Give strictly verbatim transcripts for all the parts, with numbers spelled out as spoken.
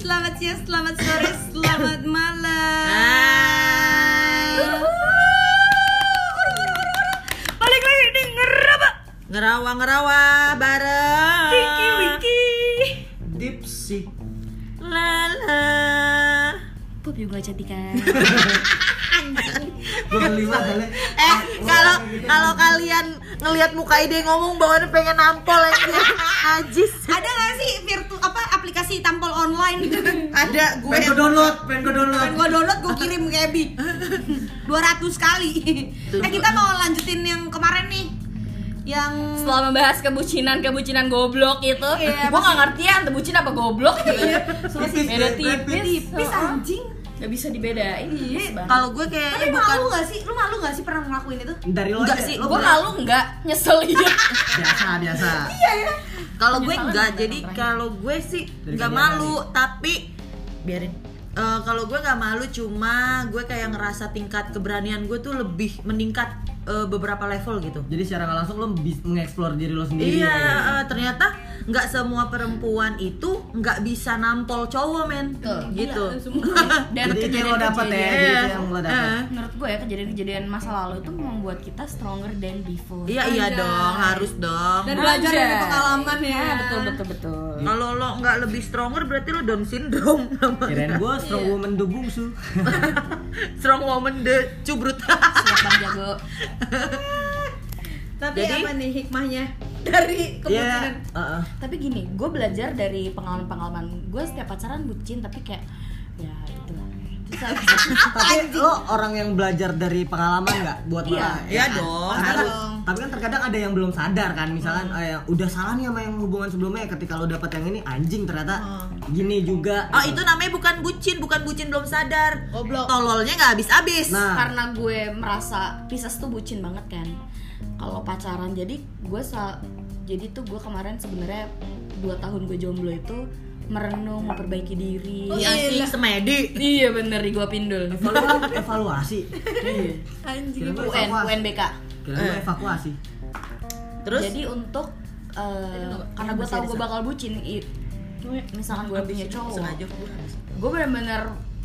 selamat siang, selamat sore, selamat malam. Balik lagi di ngeraba. Ngerawa-ngerawa bareng Wiki Wiki Dipsy Lala Pop juga cantikan. gue kelima kali. Eh, kalau kalau kalian ngelihat muka ide ngomong bawaannya pengen nampol aja. Ajis. Ada nggak sih virtu apa aplikasi tampol online? Ada gue. Pengen gue download, pengen gue download. Pengen gua download, gua kirim ke Ebi dua ratus kali. Eh kita mau lanjutin yang kemarin nih. Yang Setelah membahas kebucinan-kebucinan goblok itu, Iya, gue gak ngerti ya antara bucin apa goblok. Tipis, Beda tipis. tipis, tipis anjing. Gak bisa dibedain. Iya. Kalau gue Tapi kayaknya malu bukan gak sih? Lu malu gak sih pernah ngelakuin itu? Dari lo Enggak aja. sih, Lo Gue pernah? malu enggak, nyesel iya. Biasa, biasa. kalau gue Penyesalan enggak. bukan Jadi terakhir. kalau gue sih Dari enggak kejadian malu, tapi biarin. Eh, kalau gue nggak malu, cuma gue kayak ngerasa tingkat keberanian gue tuh lebih meningkat eh, beberapa level gitu. Jadi secara nggak langsung lo bisa mengeksplor diri lo sendiri. Iya, ya, gitu. eh, ternyata nggak semua perempuan itu nggak bisa nampol cowok, men. Tuh, Gitu. gila, semua. Dan Jadi itu yang lo dapet ya, kejadian- jadi Iya. itu yang lo dapet. Eh. Menurut gue ya kejadian-kejadian masa lalu itu membuat kita stronger than before. Iya iya dong, harus dong. Dan belajar dari Anjay. pengalaman ya. Ah, betul betul betul. Kalau lo nggak lebih stronger berarti lo Down syndrome namanya. Kirain gue strong woman do bungsu. Strong woman the cubrut. Siap Bang Jago. Tapi Jadi- apa nih hikmahnya dari kebucinan? Iya. heeh. Tapi gini, gue belajar dari pengalaman-pengalaman gue setiap pacaran bucin tapi kayak ya itulah. Terus habis- Tapi lo orang yang belajar dari pengalaman nggak buat Iya. malah? Iya dong, Tapi kan- harus. Tapi kan terkadang ada yang belum sadar kan, misalkan eh, yang udah salah nih sama yang hubungan sebelumnya, ketika lo dapet yang ini anjing ternyata gini juga. Oh, gitu. itu namanya bukan bucin, bukan bucin belum sadar. Goblok. Tololnya nggak habis-habis. Nah. karena gue merasa Pisces tuh bucin banget kan kalau pacaran, jadi gue sa jadi tuh gue kemarin sebenarnya dua tahun gue jomblo itu merenung, memperbaiki diri. Oh, Iya sih, semedi. Iya bener nih gue pindul. Evaluasi, evaluasi. Iya. Anjing. Kira gue U N evakuasi. U N B K. Kira gue evakuasi. Terus Jadi untuk uh, karena gue tahu gue bakal bucin, i- misalkan gue punya cowok, sengaja gue harus. gue benar-benar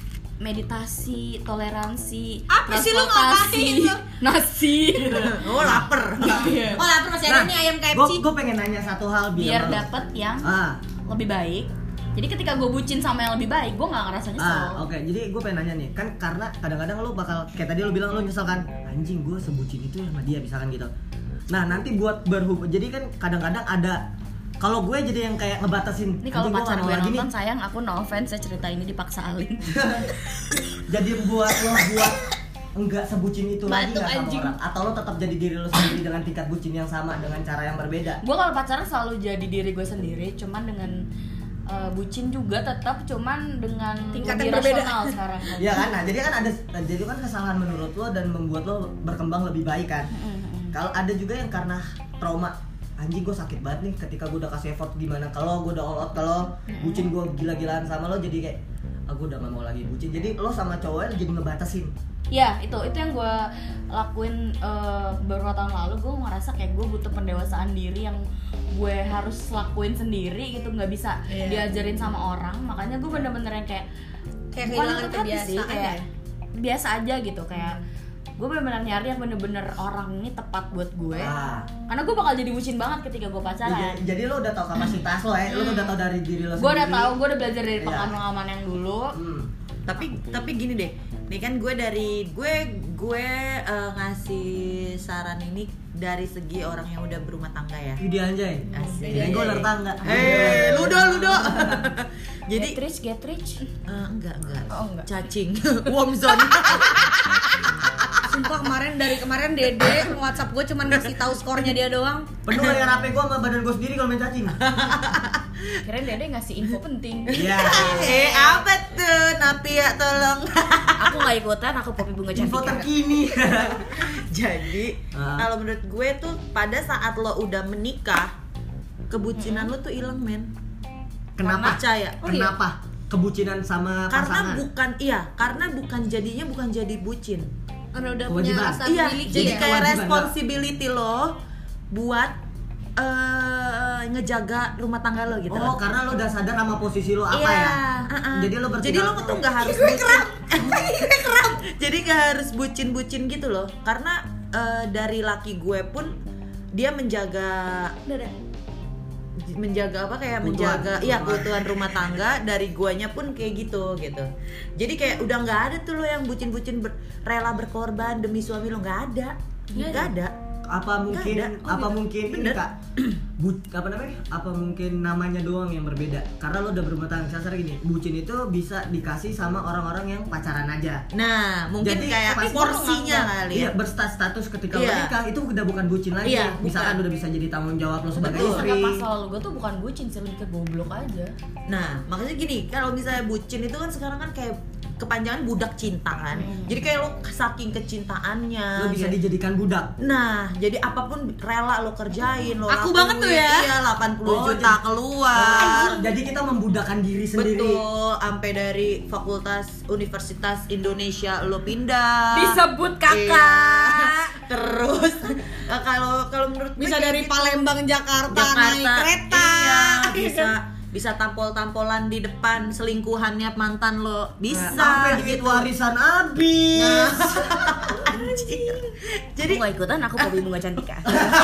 meditasi, toleransi, Apa sih lu transportasi, ngapain lu? nasi, Oh, lapar. Oh lapar masih ada nih ayam K F C. Gue gue pengen nanya satu hal biar sama lo. dapet yang Ah, lebih baik. Jadi ketika gue bucin sama yang lebih baik, gue nggak ngerasa nyesel. ah, oke. Jadi gue pengen nanya nih, kan karena kadang-kadang lo bakal kayak tadi lo bilang lo nyesel kan, anjing gue sebucin itu ya sama dia misalkan gitu. Nah nanti buat berhubung, jadi kan kadang-kadang ada, kalau gue jadi yang kayak ngebatasin. Ini kalau anjing, gua pacar nggak gue mau lagi nonton, nih. sayang aku no offense, saya cerita ini dipaksa Alin. Jadi buat lo buat enggak sebucin itu lagi Batuk, nggak sama anjing. orang, atau lo tetap jadi diri lo sendiri dengan tingkat bucin yang sama dengan cara yang berbeda. Gue kalau pacaran selalu jadi diri gue sendiri, cuman dengan uh, bucin juga tetap, cuman dengan Tingkat lebih yang berbeda. rasional sekarang. Iya kan, nah jadi kan ada, jadi kan kesalahan menurut lo dan membuat lo berkembang lebih baik kan. Mm-mm. Kalau ada juga yang karena trauma, anjing gue sakit banget nih ketika gue udah kasih effort gimana kalau gue udah all out, kalau bucin gue gila-gilaan sama lo jadi kayak aku udah gak mau lagi bucin, jadi lo sama cowoknya jadi ngebatasin. Ya itu itu yang gue lakuin uh, beberapa tahun lalu. Gue ngerasa kayak gue butuh pendewasaan diri yang gue harus lakuin sendiri gitu, nggak bisa Iya. diajarin sama orang. Makanya gue bener-bener yang kayak Kayak bukan kehilangan terapis sih, kebiasaan kayak ya? biasa aja gitu, kayak gue bener-bener nyari yang bener-bener orang ini tepat buat gue. Ah. Karena gue bakal jadi bucin banget ketika gue pacaran. Jadi, jadi lo udah tau kapasitas lo ya, lo udah tau dari diri lo sendiri. Gue udah tahu, gue udah belajar dari Iya. pengalaman-pengalaman yang dulu. Hmm. Tapi tapi gini deh. Nih kan gue dari gue gue eh, ngasih saran ini dari segi orang yang udah berumah tangga ya. Ide anjay. Asik. Kirain gue ular tangga. Eh, ludo ludo. Jadi Get rich, get rich. eh, enggak enggak. Oh, enggak. Cacing. Warm zone. Sumpah kemarin dari kemarin Dede WhatsApp gue cuman ngasih tahu skornya dia doang. Penuh dengan H P gue sama badan gue sendiri kalau main cacing. Kirain Dede ngasih info penting. Iya. eh, apa tuh? Napi ya tolong. Aku nggak ikutan, aku Poppy Bunga Info Cantik. terkini. Jadi Ah. kalau menurut gue tuh pada saat lo udah menikah, kebucinan lo tuh hilang, men. Kenapa? Percaya. Oh, iya? Kenapa? Kebucinan sama Karena pasangan. bukan iya, karena bukan jadinya bukan jadi bucin. Karena udah punya Kewajiban. rasa Iya, memiliki jadi ya. kayak Kewajiban, responsibility lo buat uh, ngejaga rumah tangga lo gitu. Oh, karena lo udah sadar sama posisi lo apa Iya, ya. uh-uh. Jadi lo bertindak. Jadi lo tuh nggak harus bucin. Jadi nggak harus bucin-bucin gitu loh. Karena uh, dari laki gue pun dia menjaga menjaga apa kayak Keutuhan, menjaga iya keutuhan. keutuhan rumah tangga. Dari guanya pun kayak gitu gitu. Jadi kayak udah nggak ada tuh lo yang bucin-bucin ber, rela berkorban demi suami lo, nggak ada, nggak ada. Apa mungkin Nggak ada. Oh, apa gitu. mungkin ini Bener. Kak? Bu, apa namanya? Apa mungkin namanya doang yang berbeda? Karena lo udah berumah tangga. Kasar gini, bucin itu bisa dikasih sama orang-orang yang pacaran aja. Nah mungkin Jadi, kayak pasti porsinya kali Iya, ya. berstatus ketika Iya. menikah itu udah bukan bucin lagi. Iya, Misalkan bukan. udah bisa jadi tanggung jawab lo sebagai Betul. istri. Karena pas lalu gue tuh bukan bucin sih, lebih ke goblok aja. Nah, makanya gini, kalau misalnya bucin itu kan sekarang kan kayak kepanjangan budak cinta kan. Hmm. Jadi kayak lo saking kecintaannya. Lo bisa gitu. dijadikan budak. Nah, jadi apapun rela lo kerjain, lo Aku lakuin. banget tuh ya. Iya, delapan puluh Oh, juta jadi- keluar. Jadi kita membudakkan diri sendiri. Betul, sampai dari Fakultas Universitas Indonesia lo pindah. Disebut kakak. Iya. Terus eh, kalau kalau menurut gue Bisa kayak dari gitu. Palembang Jakarta, Jakarta naik kereta. Iya, bisa bisa tampol-tampolan di depan selingkuhannya mantan lo. Bisa Sampai duit gitu. warisan habis. Anjir. Jadi Aku gak ikutan, aku Poppy Bunga Cantika.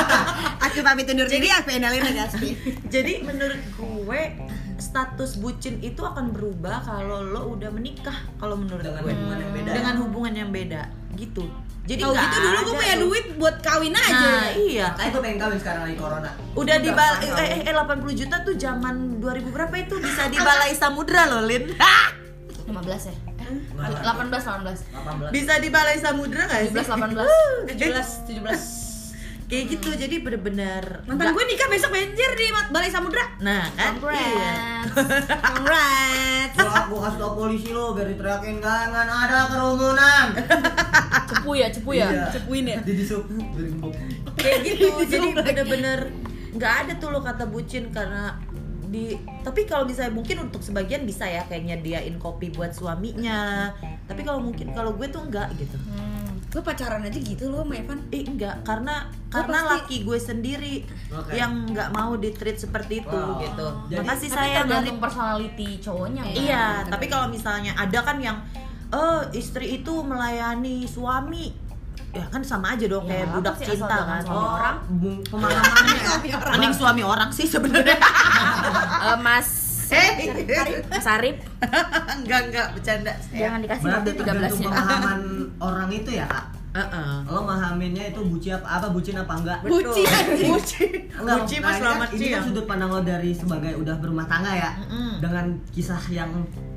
Aku pamit undur diri, aku Enalin ya Gaspi. jadi menurut gue status bucin itu akan berubah kalau lo udah menikah, kalau menurut Dengan gue hubungan yang beda. dengan hubungan yang beda gitu. Jadi Kalau nggak gitu dulu gue ada punya tuh. duit buat kawin aja. Nah, iya. Kayak gue pengen kawin sekarang lagi corona. Udah di Udah, eh, kawin. eh, eh delapan puluh juta tuh zaman dua ribu berapa itu bisa di Balai Samudra loh, Lin. lima belas ya? Eh, delapan belas, delapan belas delapan belas. Bisa di Balai Samudra nggak sih? tujuh belas, delapan belas tujuh belas, tujuh belas Kayak gitu, jadi bener-bener Mantan nggak- gue nikah besok banjir di Balai Samudra. Nah kan, iya. Congrats. Congrats. Gua gua kasih tau polisi lo biar diteriakin jangan ada kerumunan. Cepu ya, cepu ya. Iya. Cepuin ya. Di disup berimbuk. Kayak gitu, jadi bener-bener nggak ada tuh lo kata bucin karena di tapi kalau misalnya mungkin untuk sebagian bisa ya kayak nyediain kopi buat suaminya, tapi kalau mungkin kalau gue tuh enggak gitu. Hmm. Gue pacaran aja gitu loh sama Evan. Eh enggak, karena Gue karena pasti- laki gue sendiri Oke. yang nggak mau di treat seperti itu Wow. gitu. Jadi- Makasih Tapi sayang tergantung dari personality cowoknya. kan? iya, tapi kalau misalnya ada kan yang oh istri itu melayani suami, ya kan sama aja dong Ya, kayak apa budak sih, cinta asal jangan kan. suami Oh, orang. Bung- pemahamannya. mending suami orang sih sebenarnya. Eh, Mas Mas Arif, enggak enggak bercanda. jangan dikasih Berarti waktu tiga tergantung belas-nya. pemahaman orang itu ya kak. Heeh. Lo mahaminnya itu buci apa, apa bucin apa enggak? Buci anjing. Buci. Enggak, Buci nah, mas ini selamat kan, ini kan siang. sudut pandang lo dari sebagai udah berumah tangga ya. Mm-mm. Dengan kisah yang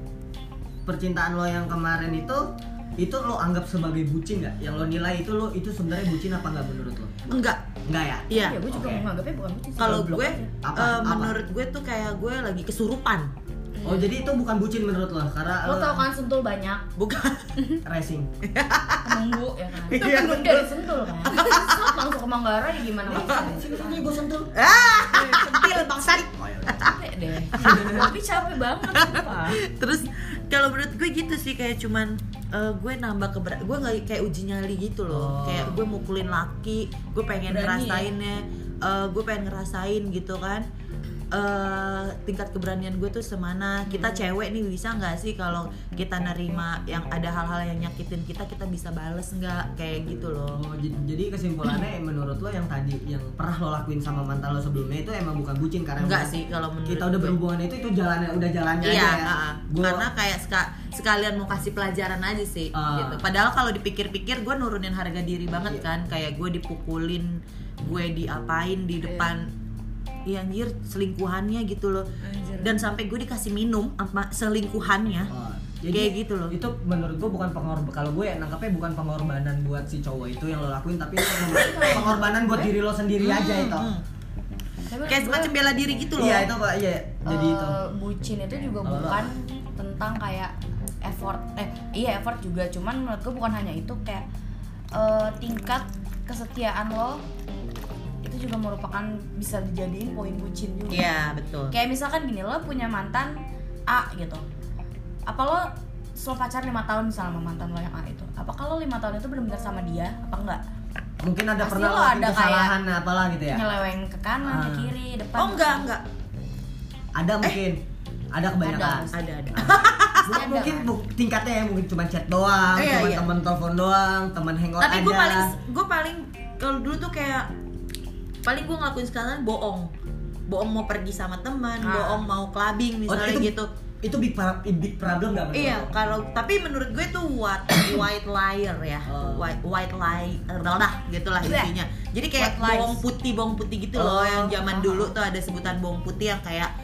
percintaan lo yang kemarin itu itu lo anggap sebagai bucin nggak? Yang lo nilai itu lo itu sebenarnya bucin apa enggak menurut lo? Enggak. Enggak ya? Iya. Ya, gue juga Oke. menganggapnya bukan bucin sih, Kalau goblok gue aja. Apa? eh, Apa? menurut gue tuh kayak gue lagi kesurupan. Oh jadi itu bukan bucin menurut lo karena Lo tau kan sentul banyak, Bukan. racing. nunggu ya kan? Iya, Kan dari sentul kan? Set langsung ke Manggarai gimana maksudnya? Sini gue sentuh. Ah. Sentil bangsat. Capek deh, tapi capek banget sumpah. Terus kalau menurut gue gitu sih kayak cuman eh, gue nambah keberat gue nggak kayak uji nyali gitu loh. Oh. Kayak gue mukulin laki, gue pengen Berani ngerasainnya, eh, gue pengen ngerasain gitu kan. Eh, tingkat keberanian gue tuh semana. Kita cewek nih bisa nggak sih kalau kita nerima yang ada hal-hal yang nyakitin kita kita bisa bales nggak kayak gitu loh. Oh, j- jadi kesimpulannya menurut lo yang tadi yang pernah lo lakuin sama mantan lo sebelumnya itu emang bukan bucin karena Enggak udah- sih kalau menurut kita udah gue. berhubungan itu itu jalannya udah jalannya Iya, aja ya. uh-uh. Gua- karena kayak seka- sekalian mau kasih pelajaran aja sih, Ah. gitu. Padahal kalau dipikir-pikir gue nurunin harga diri banget Iya. kan, kayak gue dipukulin, gue diapain di depan, iya anjir selingkuhannya gitu loh, Anjir. dan sampai gue dikasih minum sama selingkuhannya, Oh, kayak gitu loh. Itu menurut gua bukan pengorban, kalau gue ya nangkapnya bukan pengorbanan buat si cowok itu yang lo lakuin, tapi itu mem- pengorbanan buat diri lo sendiri aja itu. Hmm. Tapi Kayak menurut semacam gue, bela diri gitu loh. Iya itu pak, iya. Jadi eh, itu. bucin itu juga Kalau lo bukan tentang kayak effort, eh iya effort juga, cuman menurut gue bukan hanya itu, kayak eh, tingkat kesetiaan lo itu juga merupakan bisa dijadiin poin bucin juga. Iya betul. Kayak misalkan gini, lo punya mantan A gitu, apa lo lo pacaran lima tahun misalnya sama mantan lo yang A itu, apa kalau lima tahun itu benar-benar sama dia apa enggak? mungkin ada Pasti pernah lo ngelakuin ada kesalahan apalah gitu ya. nyeleweng ke kanan, Ah. ke kiri, depan. Oh enggak, enggak. Ada mungkin. Ada kebanyakan. Ada. Ada ada. Bu- Ada. mungkin bu- tingkatnya ya mungkin cuma chat doang, Iya, cuma iya. teman telepon doang, teman hangout Tapi aja. gue paling gue paling kalau dulu tuh kayak paling gue ngelakuin sekarang bohong. Bohong mau pergi sama teman, Ah. bohong mau clubbing Oh, misalnya itu, gitu. Itu big, pra- big problem gak menurut Iya, lo? kalau tapi menurut gue itu what white liar ya, Oh. white white lie, lah gitulah intinya. Jadi kayak White lies. bohong putih bohong putih gitu Oh. loh, yang zaman dulu tuh ada sebutan bohong putih yang kayak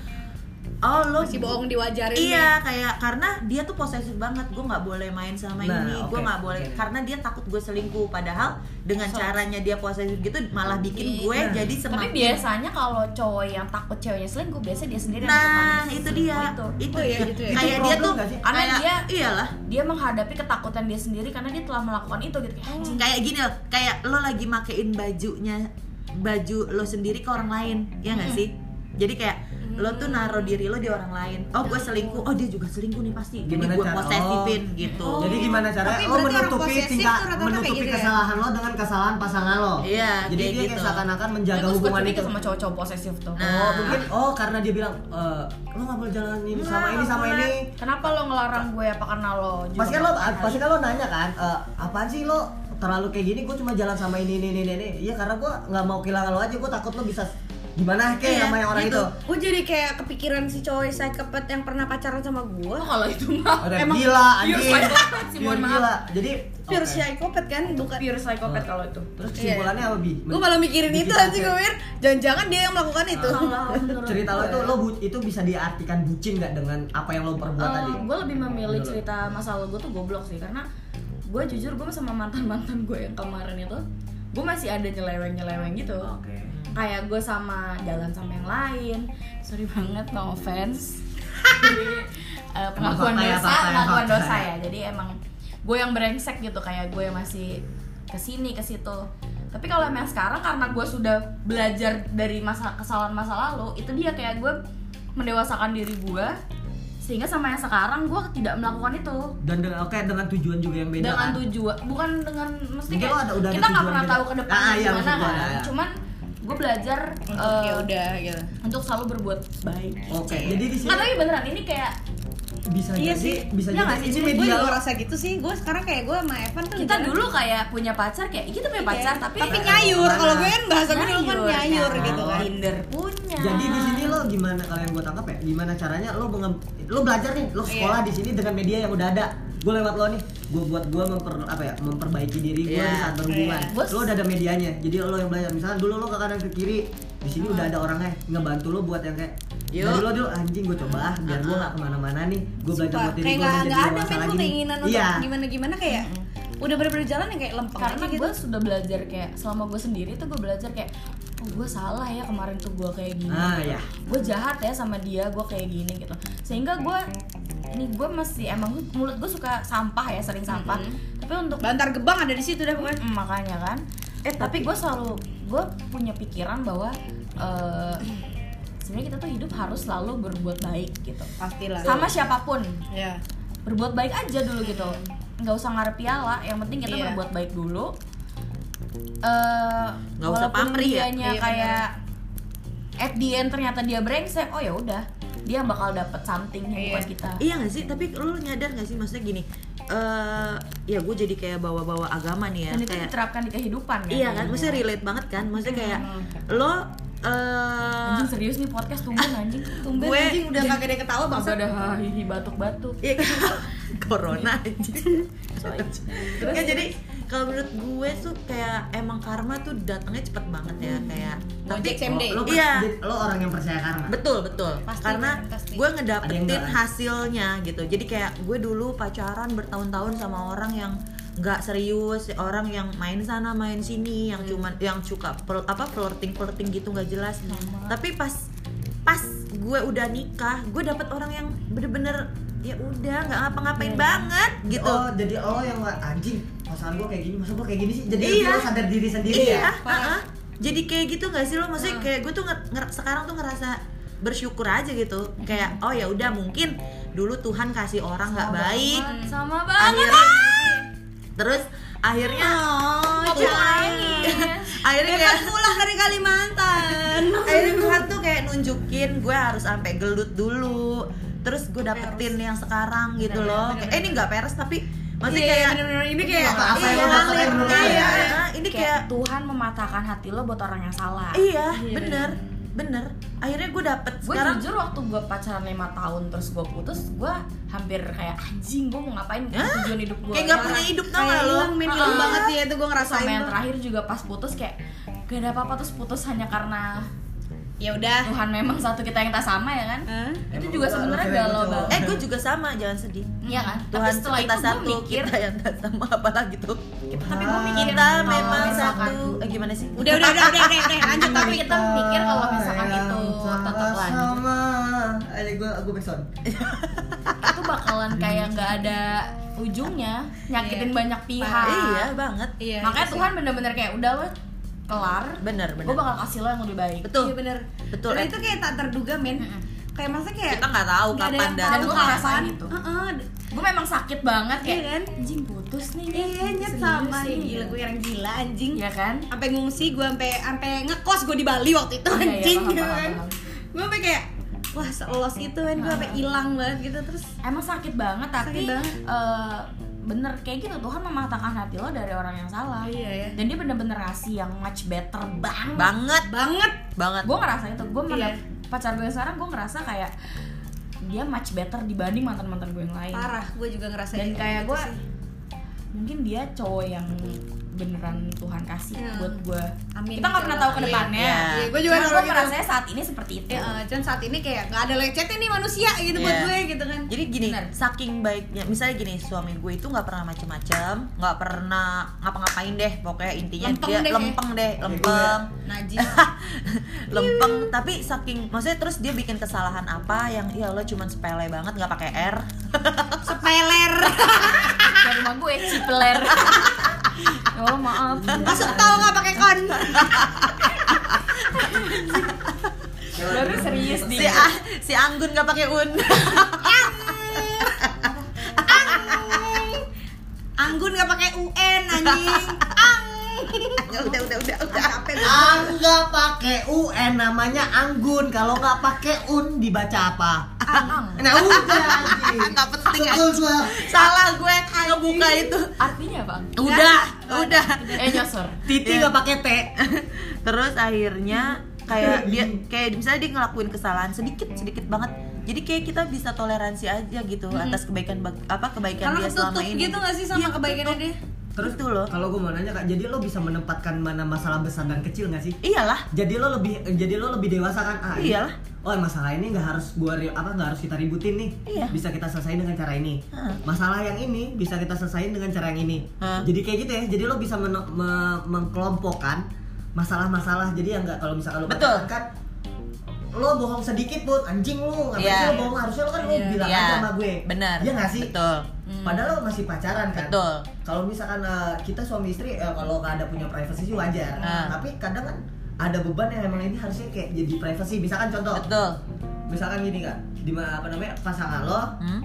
oh lo Masih bohong diwajarin. iya kayak karena dia tuh posesif banget, gue nggak boleh main sama Nah, ini, gue oke, nggak boleh oke. karena dia takut gue selingkuh, padahal dengan So- caranya dia posesif gitu malah bikin Iya. gue Nah. jadi Tapi semakin biasanya kalau cowok yang takut ceweknya selingkuh, biasanya dia sendiri yang nah kemarin itu dia selingkuh itu. itu Oh, iya, dia gitu ya. kayak Itu dia problem tuh nggak sih? Karena kayak dia- iyalah Dia menghadapi ketakutan dia sendiri karena dia telah melakukan itu gitu kayak anjing. kayak gini loh, kayak lo lagi makein bajunya baju lo sendiri ke orang lain, ya nggak sih? Jadi kayak lo tuh naruh diri lo di orang lain. Oh gue selingkuh, oh dia juga selingkuh nih pasti. Jadi Gimana gue cara- posesifin oh. gitu. Oh. Jadi gimana caranya Tapi lo berarti orang menutupi posesif tingkat tuh rata-rata menutupi kayak gitu ya? kesalahan lo dengan kesalahan pasangan lo. Iya, Jadi kayak dia kayak gitu. seakan-akan Nah, menjaga gue suka hubungan curiga itu. sama cowok-cowok posesif tuh. Nah. Oh mungkin oh karena dia bilang eh, lo nggak boleh jalan ini sama Nah, ini sama boleh. ini. Kenapa lo ngelarang gue? Apa karena lo juga Pasti kan lo melakukan hal pasti kan lo nanya kan eh, apaan sih lo terlalu kayak gini, gue cuma jalan sama ini ini ini ini. Iya karena gue nggak mau kehilangan lo aja, gue takut lo bisa gimana kayak Iya, sama yang orang gitu. itu. Gue jadi kayak kepikiran si cowok psikopat yang pernah pacaran sama gue. Oh, kalau itu mah Udah Emang gila pure anjing. psychopath sih, mohon Pure maaf. gila. Jadi Pure oke. psikopat kan, bukan. pure psychopath kalau itu. Terus kesimpulannya apa Bi? Gue malah mikirin Bikin itu anjing oke. gue mikir, jangan-jangan dia yang melakukan itu. Cerita lo itu lo bu- itu bisa diartikan bucin nggak dengan apa yang lo perbuat tadi? gue lebih memilih Dulu. cerita masa lalu gue tuh goblok sih, karena gue jujur gue sama mantan mantan gue yang kemarin itu gue masih ada nyeleweng nyeleweng gitu. Oke. Kayak gue sama jalan sama yang lain, sorry banget, no offense. Jadi eh, pengakuan Emang fakta ya, dosa, fakta ya, pengakuan fakta dosa ya. ya. Jadi emang gue yang brengsek gitu, kayak gue yang masih kesini ke situ. Tapi kalau yang sekarang karena gue sudah belajar dari masa kesalahan masa lalu, itu dia kayak gue mendewasakan diri gue, sehingga sama yang sekarang gue tidak melakukan itu Dan dengan oke dengan tujuan juga yang beda dengan kan? tujuan, bukan dengan mesti Mungkin kayak lo ada- udah ada kita nggak tujuan pernah beda. tahu ke depan Ah, iya, gimana maksud gua, kan. ya. Cuman gue belajar Untuk eh, ya udah gitu. untuk selalu berbuat baik. Oke. Jadi di sini Nggak, tapi beneran ini kayak bisa Iya jadi sih. bisa Iya nggak jadi sih? ini Gue media juga lo. ngerasa gitu sih. Gue sekarang kayak gue sama Evan tuh kita jalan- dulu kayak punya pacar, kayak kita punya pacar Iya. tapi tapi Eh, nyayur. mana? Kalau gue kan bahasa gue dulu kan nyayur kan. gitu kan. Tinder punya. Jadi di sini lo gimana kalau yang gue tangkap ya? Gimana caranya lo menge- lo belajar nih, lo sekolah di sini dengan media yang udah ada. Gue lewat lo nih, gue buat gue memper apa ya, memperbaiki diri gue Iya. di saat berhubungan. Iya. Gua- Lo udah ada medianya, jadi lo yang belajar. Misalnya dulu lo ke kanan ke kiri, di sini udah ada orangnya ngebantu lo buat yang kayak. Yuk. Dari lo dulu anjing gue coba ah, biar gue nggak kemana-mana nih. Gue belajar Sumpah, buat diri kayak gue nggak menjadi nggak ada dewasa men lagi gue nih. keinginan untuk Iya. gimana gimana kayak udah bener-bener jalan yang kayak lempeng karena aja gitu. gue sudah belajar kayak selama gue sendiri tuh gue belajar kayak oh gue salah ya kemarin tuh gue kayak gini, Ah, ya. gue jahat ya sama dia, gue kayak gini gitu, sehingga gue ini gue masih emang mulut gue suka sampah ya, sering sampah, tapi untuk Bantar Gebang ada di situ dah pokoknya. Mm, makanya kan eh tapi gue selalu gue punya pikiran bahwa eh, sebenarnya kita tuh hidup harus selalu berbuat baik gitu Pastilah. sama siapapun, Ya. berbuat baik aja dulu gitu, nggak usah ngarep piala, yang penting kita Iya. berbuat baik dulu. Eh, Nggak usah walaupun pamrih ya? dianya Iya, kayak at the end ternyata dia brengsek, oh ya udah dia bakal dapet something yang Iya. bukan kita. Iya nggak sih? Tapi lo nyadar nggak sih maksudnya gini? eh ya gue jadi kayak bawa-bawa agama nih ya. Dan itu kayak, diterapkan di kehidupan kan. iya kan? Maksudnya relate banget kan? Maksudnya kayak lo eh Anjing serius nih podcast tumben anjing. Tumben Gue- anjing udah kagak ada yang ketawa Masa bangsa. ada hihi batuk-batuk. Iya kan? Corona aja. Terus Kan jadi kalau menurut gue tuh kayak emang karma tuh datangnya cepet banget ya kayak. Gojek same day. Lo, Iya. lo orang yang percaya karma. Betul betul. Pasti, Karena pasti. gue Ada yang ngedapetin enggak, kan? hasilnya gitu. Jadi kayak gue dulu pacaran bertahun-tahun sama orang yang nggak serius, orang yang main sana main sini, yang cuman yang suka pel, apa flirting flirting gitu nggak jelas. Tapi pas pas gue udah nikah, gue dapet orang yang bener-bener ya udah nggak ngapa-ngapain banget gitu. Oh, jadi lo yang nggak anjing, pasangan gue kayak gini, masa gue kayak gini sih? Jadi Iya. lo sadar diri sendiri Iya, ya? uh-uh. Jadi kayak gitu nggak sih lo? Maksudnya kayak gue tuh nger- nger- sekarang tuh ngerasa bersyukur aja gitu. Kayak oh ya udah mungkin dulu Tuhan kasih orang nggak baik, sama banget. akhirnya terus akhirnya Oh, Kok jangan. akhirnya Bebas kayak pulang dari Kalimantan. akhirnya Tuhan tuh kayak nunjukin gue harus sampai gelut dulu, terus gue dapetin yang sekarang gitu Bener, loh. bener, Kayak, eh ini nggak peres tapi maksudnya Iya, kayak bener-bener ini kayak apa-apa yang iya, lo dapetin dulu iya, ya. iya. Nah, ini kayak kayak Tuhan mematahkan hati lo buat orang yang salah. iya, Iya, bener bener akhirnya gue dapet Gue sekarang jujur waktu gue pacaran lima tahun terus gue putus, gue hampir kayak anjing gue mau ngapain Hah? tujuan hidup gue. kayak nggak punya hidup tau Kayak gak lo. hilang, men, hilang Ah. banget sih itu gue ngerasain Sampai yang tuh. terakhir juga pas putus kayak gak ada apa-apa, terus putus hanya karena Ya udah. Tuhan memang satu kita yang tak sama ya kan. Hah? Itu Emang juga lu sebenarnya cewek galau cowok. banget. Eh gue juga sama, jangan sedih. Iya kan? Tuhan Tapi setelah kita itu gue satu, mikir, kita yang tak sama apalagi tuh. tapi gue mikir Kita kalau memang misalkan- satu. Eh gimana sih? Udah udah udah udah udah, udah lanjut Tapi topik. kita mikir kalau misalkan itu tetap lanjut, sama. Ada gue gue backsound. itu bakalan kayak nggak ada ujungnya, nyakitin Iya. banyak pihak. Iya banget. Iya. Makanya itu sih. Tuhan bener-bener kayak udah lo kelar, Bener gue bener. bakal kasih lo yang lebih baik. Betul. Iya bener. Betul. Karena Eh. itu kayak tak terduga, men. Mm-mm. Kayak masa kayak Kita nggak tahu nggak ada kapan yang dan tahu gue kapan. ngerasain itu. Heeh. Gue memang sakit banget kayak Iya kan? anjing putus nih Nyet. Iya, nyet Serius sama sih, nih. Gila, gitu. gue yang gila anjing. Iya kan? Sampai ngungsi, gue sampai sampai ngekos gue di Bali waktu itu Iya, iya, anjing paham, gitu paham, kan. paham. Gue sampai kayak wah, selos itu kan gue sampai hilang banget gitu terus. Emang sakit banget tapi Sakit banget. eh, bener kayak gitu Tuhan mematahkan hati lo dari orang yang salah. Iya ya. Dan dia bener-bener ngasih yang much better banget. Banget Banget. banget. Gue ngerasa itu, gue Iya. pacar gue yang sekarang gue ngerasa kayak dia much better dibanding mantan-mantan gue yang lain. Parah, gue juga ngerasain Dan kayak gitu gue sih. mungkin dia cowok yang beneran Tuhan kasih Hmm. buat gue. Amin. Kita nggak pernah tahu ke Iya. depannya. Iya. Iya, gue juga Cuma ngerasa gue gitu. merasanya saat ini seperti itu. Ya, uh, cuman saat ini kayak nggak ada lecetnya nih manusia gitu buat Iya. gue gitu kan. Jadi gini, Bener. saking baiknya, misalnya gini, suami gue itu nggak pernah macem-macem, nggak pernah ngapa-ngapain deh, pokoknya intinya Lempeng dia deh, lempeng deh, lempeng, Najis. lempeng. Tapi saking, maksudnya terus dia bikin kesalahan apa yang ya Allah cuman sepele banget, nggak pakai R. Sepeler. Kayak rumah gue cipeler. Ya Allah maaf. Masuk tau nggak pakai kon. Baru serius Si, nih. A- si Anggun nggak pakai un. Anggun nggak pakai U N anjing. Ang. Ya udah udah udah udah. Capek gue. Angga pakai U N namanya Anggun. Kalau nggak pakai Un dibaca apa? Ang. Nah udah anjing. Nggak penting aja. Betul semua. Salah gue ngebuka itu. Artinya bang? Udah, udah. Eh nyosor. Titi Iya. nggak pakai T. Terus akhirnya kayak dia kayak misalnya dia ngelakuin kesalahan sedikit sedikit banget, jadi kayak kita bisa toleransi aja gitu atas kebaikan bag- apa kebaikan Karena dia selama ketutup ini gitu nggak sih sama Iya, kebaikannya ketutup. dia? Terus Itu loh. kalau gue mau nanya kak, jadi lo bisa menempatkan mana masalah besar dan kecil nggak sih? Iyalah, Jadi lo lebih jadi lo lebih dewasa kan? Ah, ini- Iyalah. Oh masalah ini nggak harus gua ri- apa nggak harus kita ributin nih. Iya. Bisa kita selesaiin dengan cara ini. Heeh. Masalah yang ini bisa kita selesaiin dengan cara yang ini. Heeh. Jadi kayak gitu ya. Jadi lo bisa men- me- mengkelompokkan masalah-masalah. Jadi yang nggak kalau misalkan lo Betul. pacaran kan lo bohong sedikit pun anjing lu ngapain Iya. sih lo bohong, harusnya lo kan lo Iya. bilang Iya. aja sama gue. benar. Iya nggak sih? Betul. Padahal lo masih pacaran kan. Betul. Kalau misalkan uh, kita suami istri uh, kalau nggak ada punya privacy sih wajar. Ah. Tapi kadang kan ada beban yang emang ini harusnya kayak jadi privacy. Misalkan contoh, Betul. misalkan gini kan, di ma- apa namanya pasangan lo, Hmm?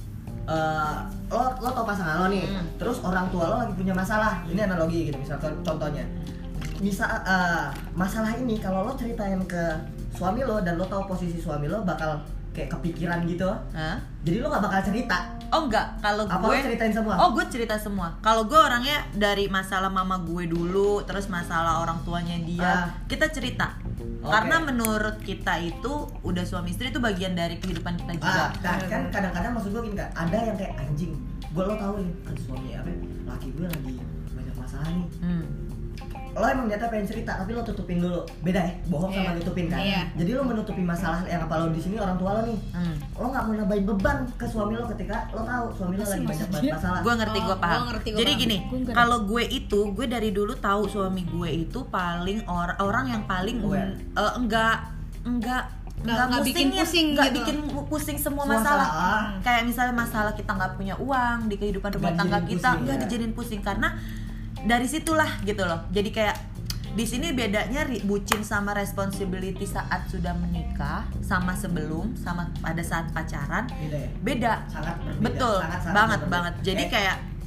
uh, lo lo tau pasangan lo nih, Hmm. terus orang tua lo lagi punya masalah. Ini analogi gitu, misalkan contohnya. Bisa uh, masalah ini kalau lo ceritain ke suami lo dan lo tahu posisi suami lo bakal kayak kepikiran gitu, Hah? jadi lo nggak bakal cerita. Oh enggak, kalau Apa gue lo ceritain semua? Oh, gue cerita semua. Kalau gue orangnya dari masalah mama gue dulu, terus masalah orang tuanya dia, Ah. kita cerita. Oke. Karena menurut kita itu udah suami istri itu bagian dari kehidupan kita juga. Ah, nah, kan kadang-kadang maksud gue gini kan, ada yang kayak anjing, gue lo tau nih, kan suami apa, laki gue lagi banyak masalah nih. Hmm. Lo emang nyata pengen cerita, tapi lo tutupin dulu. Beda ya, bohong Iya. sama nutupin kan. Iya. Jadi lo menutupi masalah yang apa lo di sini orang tua lo nih. Hmm. Lo nggak mau nambahin beban ke suami lo ketika lo tahu suami lo lagi banyak banget masalah. Gue ngerti, Oh, gue paham. gua ngerti, gua Jadi paham. gini, Gua ngerti. kalau gue itu, gue dari dulu tahu suami gue itu paling or- orang yang paling Aware. eh, enggak enggak Nggak- enggak nggak bikin pusingin, pusing nggak gitu. bikin pusing semua Semua masalah. masalah. Kayak misalnya masalah kita nggak punya uang di kehidupan rumah Nggak tangga dijadiin kita, pusing, nggak ya. dijadiin pusing karena dari situlah gitu loh. Jadi kayak di sini bedanya ri- bucin sama responsibility saat sudah menikah sama sebelum sama pada saat pacaran Beda ya. beda. Sangat berbeda. Betul, sangat, sangat banget berbeda. banget. Jadi Eh, kayak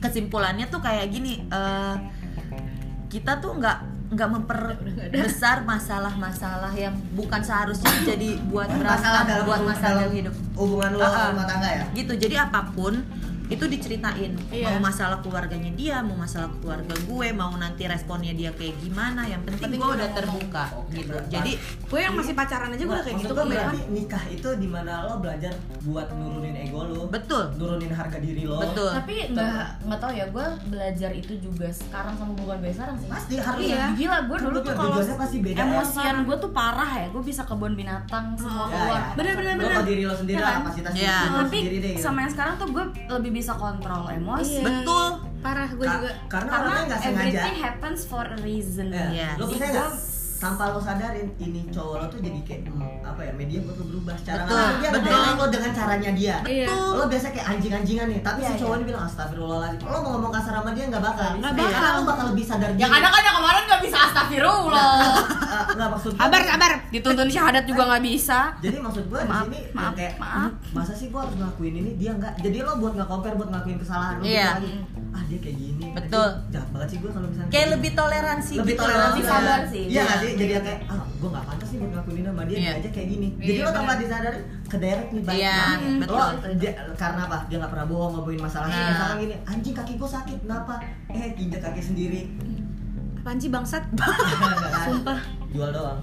kesimpulannya tuh kayak gini, uh, kita tuh nggak nggak memperbesar masalah-masalah yang bukan seharusnya jadi buat masalah dalam buat masalah dalam hidup hubungan lo uh, rumah tangga ya. Gitu. Jadi apapun itu diceritain, Iya. mau masalah keluarganya dia, mau masalah keluarga gue, mau nanti responnya dia kayak gimana, yang penting, Penting gue kita udah ngomong. terbuka Oke, gitu. berarti- Jadi Gue yang masih pacaran aja gue udah kayak Maksud gitu gua kok, Bel. berarti nikah itu dimana lo belajar buat nurunin ego lo, betul, nurunin harga diri lo. betul. Tapi nggak nggak tahu ya, gue belajar itu juga sekarang sama hubungan gue sekarang sih. Pasti harus. Iya. Gila, gue dulu tuh kalau tujuannya pasti beda. emosian gue tuh parah ya, gue bisa kebun binatang semua Ya, keluar. ya. Bener, bener, Lo bener. ke diri lo sendiri Ya lah, kan? kapasitas Iya. diri lo Tapi sendiri deh gitu. sama yang sekarang tuh gue lebih bisa kontrol emosi. Iya. Betul. Parah gue Ka- juga. karena, Karena orangnya nggak sengaja. everything happens for a reason. Ya. Iya. Lo Jadi percaya gua- nggak? Tanpa lo sadarin ini cowok lo tuh jadi kayak hmm, apa ya, media buat lo berubah secara Betul, langsung. Dia betul. ngedirect lo dengan caranya dia. Iya. Lo biasa kayak anjing-anjingan nih, tapi Iya, si cowok iya. ini bilang astagfirullahaladzim. Lo mau ngomong kasar sama dia nggak bakal. Nggak Iya, bakal. karena lo bakal lebih sadar diri. Ya kadang kan yang kemarin nggak bisa astagfirullah. Eh, nggak maksud gua- Sabar, sabar. Dituntun syahadat juga nggak bisa. Jadi maksud gue di Maaf, sini yang maaf, kayak maaf. "Hmm, masa sih gue harus ngelakuin ini dia nggak. Jadi lo buat nggak compare, buat ngelakuin kesalahan lo Iya. bilang lagi, ah dia kayak gini. Betul. Anjing, jahat banget sih gue kalau misalnya Kayak lebih toleransi lebih gitu toleransi loh. sadar sih. Iya nggak sih, jadi yang kayak ah gue nggak pantas sih buat ngelakuin ini sama dia, Iya. dia aja kayak gini. Iya, Jadi lo tanpa benar. disadarin ke direct nih baik. Iya, Nah, betul. lo dia- karena apa? Dia nggak pernah bohong ngomongin masalahnya. Iya. Misalkan gini, anjing kaki gue sakit, kenapa? Eh injek kaki sendiri. Apaan sih bangsat? Sumpah. Jual doang.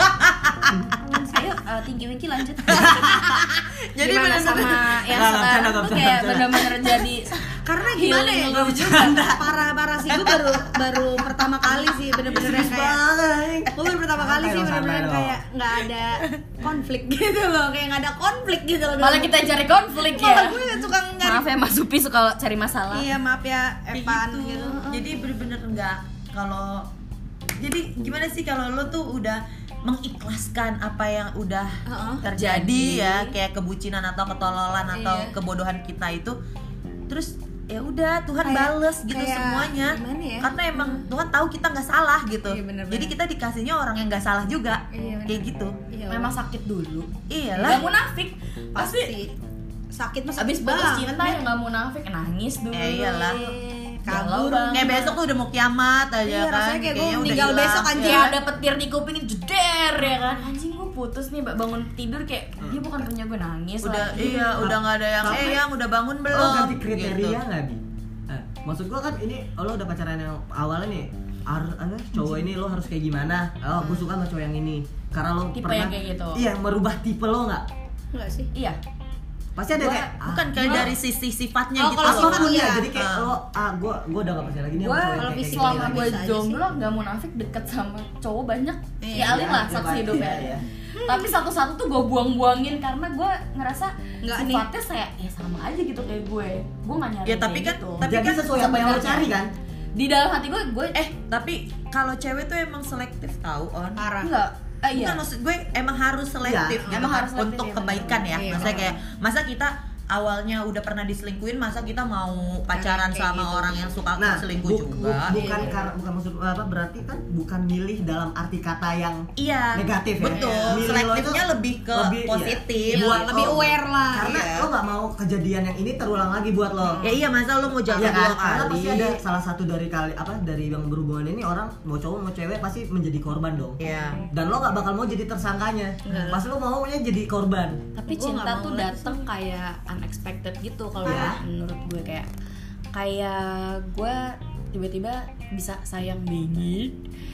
Ayo, uh, Tinky Winky lanjut. Jadi Gimana bener-bener- sama yang Nggak, nggak sekarang bercanda, tuh nggak kayak bercanda. benar-benar jadi Karena gimana ya? healing lu juga. Parah-parah sih gue baru baru pertama kali sih bener-bener yang kayak gue baru pertama kali sih Santai dong, bener-bener santai dong. kayak nggak ada konflik gitu loh, kayak nggak ada konflik gitu loh. Malah kita cari konflik ya. Malah gue suka nyari. Maaf ya Mas Supi suka cari masalah. Iya maaf ya Kayak Evan gitu. gitu. Jadi bener-bener enggak kalau jadi gimana sih kalau lo tuh udah mengikhlaskan apa yang udah Heeh. terjadi ya, kayak kebucinan atau ketololan atau Iya. kebodohan kita itu, terus ya udah Tuhan Kayak- bales gitu kayak semuanya. gimana ya? Karena emang Tuhan tahu kita nggak salah gitu. Iya, bener-bener. Jadi kita dikasihnya orang yang nggak salah juga. Iya, bener. Kayak gitu. Iya, Memang sakit dulu. Iyalah. Gak munafik. Pasti pasti sakit mas abis putus cinta ya nggak munafik, nangis dulu. Ya iyalah. kabur. Galau Kayak besok tuh udah mau kiamat aja Iya, kan. rasanya kayak gua Kayaknya udah meninggal hilang. besok, anjing. Kayak ada petir di kuping jeder ya kan. Anjing gue putus nih, bangun tidur kayak dia bukan punya gue, nangis Udah lagi. iya, udah nggak ada yang Tapi- eh yang udah bangun belum. Lo ganti kriteria Gitu. nggak bi? Eh, maksud gua kan ini lo udah pacaran yang awalnya nih, harus apa cowok ini lo harus kayak gimana? Oh, gue suka sama cowok yang ini karena lo Tipe pernah yang kayak gitu. Iya, merubah tipe lo nggak? Enggak sih. Iya. Pasti ada Gua- kayak Bukan ah, kayak gua- dari sisi sifatnya Oh, gitu kalau loh. sifat apapun ya, iya. jadi kayak Ah. lo ah gue gue udah gak percaya lagi nih Gue sama cowok yang kalau kayak fisik gini selama lagi. gue bisa aja jomblo nggak munafik, deket sama cowok banyak. Iya, Ya Alin lah iya, saksi iya, hidupnya. iya. Tapi satu-satu tuh gue buang-buangin karena gue ngerasa Nggak nih. sifatnya saya ya sama aja gitu kayak gue. Gue nggak nyari Ya, tapi kayak kan- gitu. tapi Jadi kan sesuai apa yang lo sebenarnya cari kan? di dalam hati gue gue Eh, tapi kalau cewek tuh emang selektif tahu on. Parah. enggak. Eh, iya. Bukan maksud gue emang harus selektif Iya, gitu emang kan, harus selektif, untuk iya, kebaikan ya. bener. Iya, Maksudnya bener. kayak masa kita awalnya udah pernah diselingkuhin, masa kita mau pacaran Kayak sama gitu. orang yang suka Nah, selingkuh bu- juga. bu- bukan Iya. karena bukan maksud apa berarti kan bukan milih dalam arti kata yang Iya. negatif ya. Betul. Milih lo Selektifnya itu lebih ke lebih, iya. positif. Iya, Buat lebih lo- aware lah. Karena Iya. lo gak mau kejadian yang ini terulang lagi buat lo. Ya iya, masa lo mau jaga Iya kan? dua Karena kali. pasti ada salah satu dari kali apa dari yang berhubungan ini orang mau cowok mau cewek pasti menjadi korban dong. Iya. Dan lo gak bakal mau jadi tersangkanya. Pas lo maunya jadi korban. Tapi Gua cinta nggak mau tuh lagi datang kayak unexpected gitu kalau Ya. menurut gue, kayak kayak gue tiba-tiba bisa sayang dingin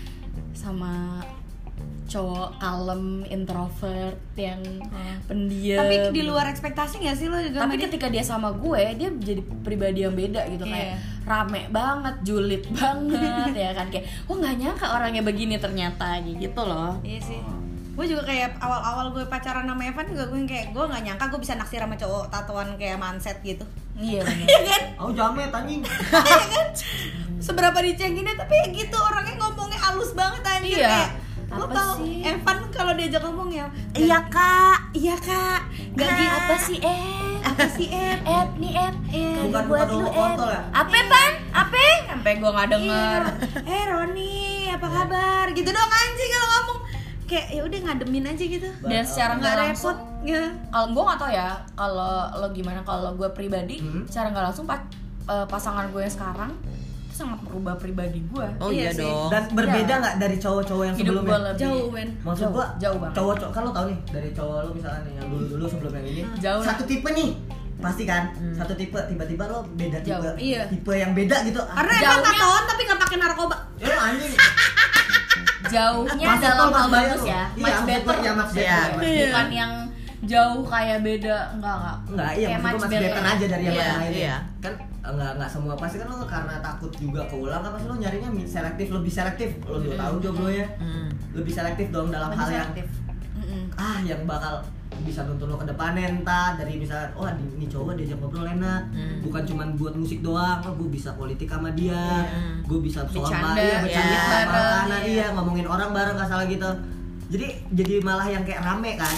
sama cowok kalem, introvert yang pendiam. Tapi di luar ekspektasi nggak sih lo juga? Tapi sama dia? ketika dia sama gue, dia jadi pribadi yang beda gitu. Iya. Kayak rame banget, julid banget ya kan, kayak wah nggak nyangka orangnya begini ternyata gitu loh. Iya sih. Gue juga kayak awal-awal gue pacaran sama Evan juga gue yang kayak gue nggak nyangka gue bisa naksir sama cowok tatoan kayak manset gitu. Iya bener. Iya kan? Oh jamet anjing. Iya kan? Seberapa dicenginnya tapi ya gitu orangnya ngomongnya halus banget anjir. Iya. Kayak lo Apa tau sih? Evan kalau diajak ngomong ya Iya, Kak. iya kak gak Kak. gitu Apa sih eh? apa sih Ep Ed nih Ed, Iya. kagak Bukan buat bukan lu lo Ed. kontol ya. Apa pan? Apa? Sampai gue nggak denger. eh Roni apa kabar gitu dong anjing kalau ngomong kayak ya udah ngademin aja gitu Dan secara nggak nggak repot langsung, ya kalau gue nggak tau ya, kalau lo gimana, kalau gue pribadi, Hmm. secara nggak langsung pa- uh, pasangan gue yang sekarang itu sangat merubah pribadi gue. Oh iya, Iya sih. dong. Dan berbeda Iya. nggak dari cowok-cowok yang Hidup sebelumnya? gue lebih Jauh, men. Maksud Jauh, gua jauh banget. cowok-cowok kan lo tau nih dari cowok lo misalkan nih yang dulu-dulu sebelum yang ini Jauh. satu tipe nih pasti kan satu tipe tiba-tiba lo beda tipe Jauh. Iya. tipe yang beda gitu. Karena Jauhnya- emang tatoan tapi nggak pakai narkoba. Ya lo anjing. Jauhnya Masuk dalam tol, hal Mas Bayar bagus lo. ya, Iya, much maksud gua, better. iya, much better. Bukan Iya. yang jauh kayak beda, enggak enggak. Enggak, iya Kayak maksud gue much masih better aja dari yang Iya, lain. iya. Kan enggak enggak semua pasti kan lo karena takut juga keulang kan pasti lo nyarinya mi- selektif, lebih selektif. Lo dua tahun jomblonya. Hmm. Lebih selektif dong dalam Lebih hal yang selektif. Mm-mm. ah yang bakal bisa nuntun lo ke depannya entah dari misalnya oh ini cowok diajak ngobrol enak Hmm. bukan cuman buat musik doang oh gue bisa politik sama dia Hmm. gue bisa soal Bercanda, iya, bercanda ya, sama bareng, anak iya. iya ngomongin orang bareng nggak salah gitu jadi jadi malah yang kayak rame kan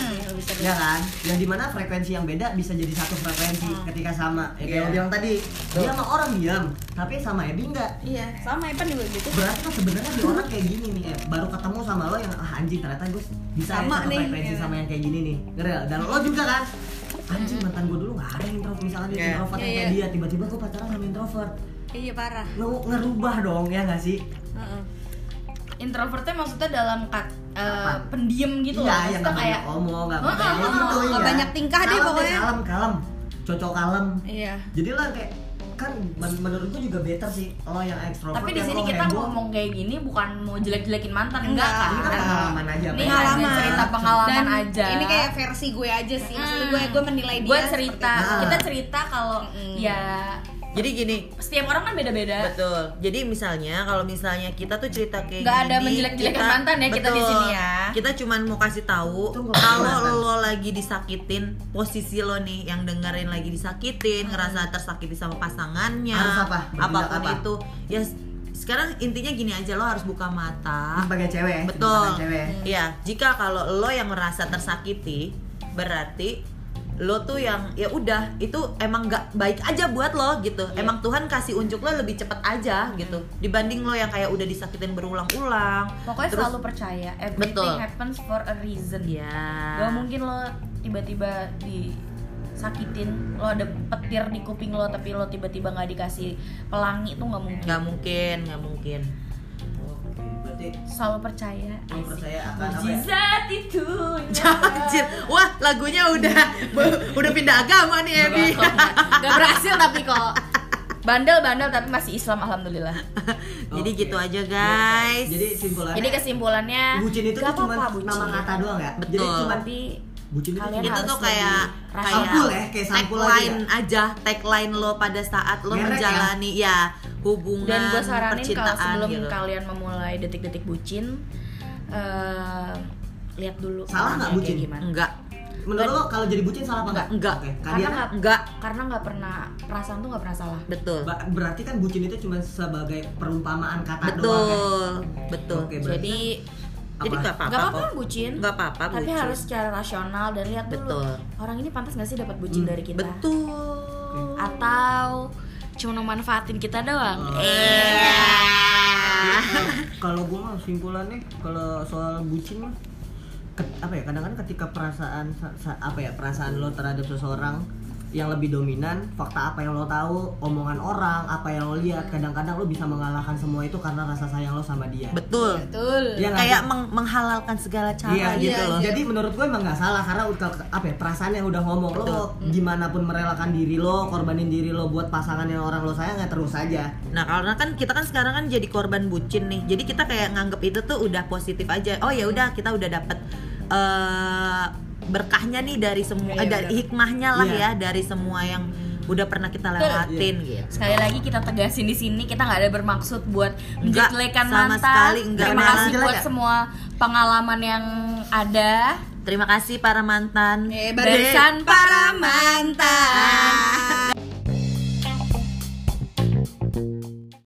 ya kan yang dimana frekuensi yang beda bisa jadi satu frekuensi ketika sama ya kayak Iya. lo bilang tadi dia sama orang diam tapi sama Ebi enggak Iya, sama Evan juga gitu. berarti kan sebenarnya di orang kayak gini nih eh, baru ketemu sama lo yang ah, anjing ternyata gue bisa Sama ya satu nih, frekuensi iya. sama yang kayak gini nih ngerti nggak? Dan lo juga kan anjing mantan gue dulu nggak ada yang introvert misalnya dia Iya. introvert yang Iya, kayak iya. dia tiba-tiba gue pacaran sama introvert Iya parah. Nge- ngerubah dong ya nggak sih Heeh. Introvertnya maksudnya dalam kat, uh, Apa? pendiam gitu loh. iya yang Maksudnya nggak kayak banyak ngomong nggak Oh, banyak oh, ya oh, gitu oh, iya nggak banyak tingkah deh Kalem pokoknya. kalem kalem cocok kalem Iya. jadi lah kayak kan men- menurut gue juga better sih lo yang ekstrovert tapi di yang sini lo kita heboh. ngomong kayak gini bukan mau jelek-jelekin mantan Enggak. enggak kan. ini kan pengalaman aja Ini Pak. hanya Pengalaman. cerita pengalaman Dan aja. ini kayak versi gue aja sih. Maksud Hmm. gue gue menilai dia. Gue seperti cerita, itu. itu. kita cerita kalau Mm-mm. ya Jadi gini, setiap orang kan beda-beda. betul. Jadi misalnya kalau misalnya kita tuh cerita kayak Nggak gini, ada menjelek-jelekan kita- mantan ya kita di betul. sini ya. Kita cuman mau kasih tahu Itu nggak kalau mantan. lo lagi disakitin, posisi lo nih yang dengerin lagi disakitin, ngerasa tersakiti sama pasangannya, Harus apa? Bertindak apapun apa? itu. Ya sekarang intinya gini aja, lo harus buka mata. sebagai cewek ya Betul. sebagai cewek Iya, jika kalau lo yang merasa tersakiti, berarti lo tuh yang ya udah itu emang nggak baik aja buat lo gitu. Iya. Emang Tuhan kasih unjuk lo lebih cepet aja gitu. Dibanding lo yang kayak udah disakitin berulang-ulang. Pokoknya Terus- selalu percaya everything Betul. happens for a reason. Ya. Gak mungkin lo tiba-tiba disakitin, lo ada petir di kuping lo tapi lo tiba-tiba nggak dikasih pelangi itu nggak mungkin. Nggak mungkin, nggak mungkin. oke berarti Selalu percaya. lo percaya akan apa ya? Mujizat itu. Anjir, wah lagunya udah udah pindah agama nih Ebi. Gak berhasil tapi kok. Bandel-bandel tapi masih Islam alhamdulillah. Jadi Oke. gitu aja guys. jadi simpulannya Jadi kesimpulannya bucin itu gak tuh cuma apa-apa bucin. nama kata doang ya Betul. jadi cuma Tapi bucin itu kalian cuma- itu harus tuh kayak lebih kayak Sampul ya, kayak sampul aja tagline aja, tagline lo pada saat lo Merek ya? menjalani ya, hubungan dan gue saranin kalau percintaan sebelum gitu. kalian memulai detik-detik bucin eh, lihat dulu Salah nggak orangnya bucin? kayak gimana. Enggak, menurut lo kalau jadi bucin salah apa enggak? Enggak. Oke, Karena Kadiana? nggak enggak, karena nggak pernah perasaan tuh nggak pernah salah. betul. Ba- berarti kan bucin itu cuma sebagai perumpamaan kata doang kan? Betul, betul. Oke, berarti Jadi Jadi apa? nggak apa-apa. nggak apa-apa kok. bucin. Nggak apa-apa Tapi bucin. harus secara rasional dan lihat dulu Betul. orang ini pantas nggak sih dapat bucin Hmm, dari kita? Betul. Atau cuma memanfaatin kita doang? Oh. Eh. kalau gue mah simpulannya kalau soal bucin mah ke- apa ya kadang-kadang ketika perasaan sa- sa- apa ya perasaan lo terhadap seseorang yang lebih dominan fakta apa yang lo tahu omongan orang apa yang lo lihat kadang-kadang lo bisa mengalahkan semua itu karena rasa sayang lo sama dia Betul. Betul. Iya nggak Kayak sih? meng- menghalalkan segala cara Iya, gitu iya. loh. Jadi menurut gue emang nggak salah karena udah apa ya perasaan yang udah ngomong lo Betul. gimana pun merelakan diri lo, korbanin diri lo buat pasangan yang orang lo sayang ya terus aja. Nah karena kan kita kan sekarang kan jadi korban bucin nih, jadi kita kayak nganggep itu tuh udah positif aja. Oh ya udah kita udah dapet eh, berkahnya nih dari semua, Iya, eh, dari benar. hikmahnya lah Iya. ya dari semua yang udah pernah kita lewatin gitu. Sekali lagi kita tegasin di sini kita nggak ada bermaksud buat Enggak, menjelekkan sama mantan. sekali enggak. Terima Beneran kasih jelek buat ya? semua pengalaman yang ada. Terima kasih para mantan. Eh, Dari- barisan para mantan.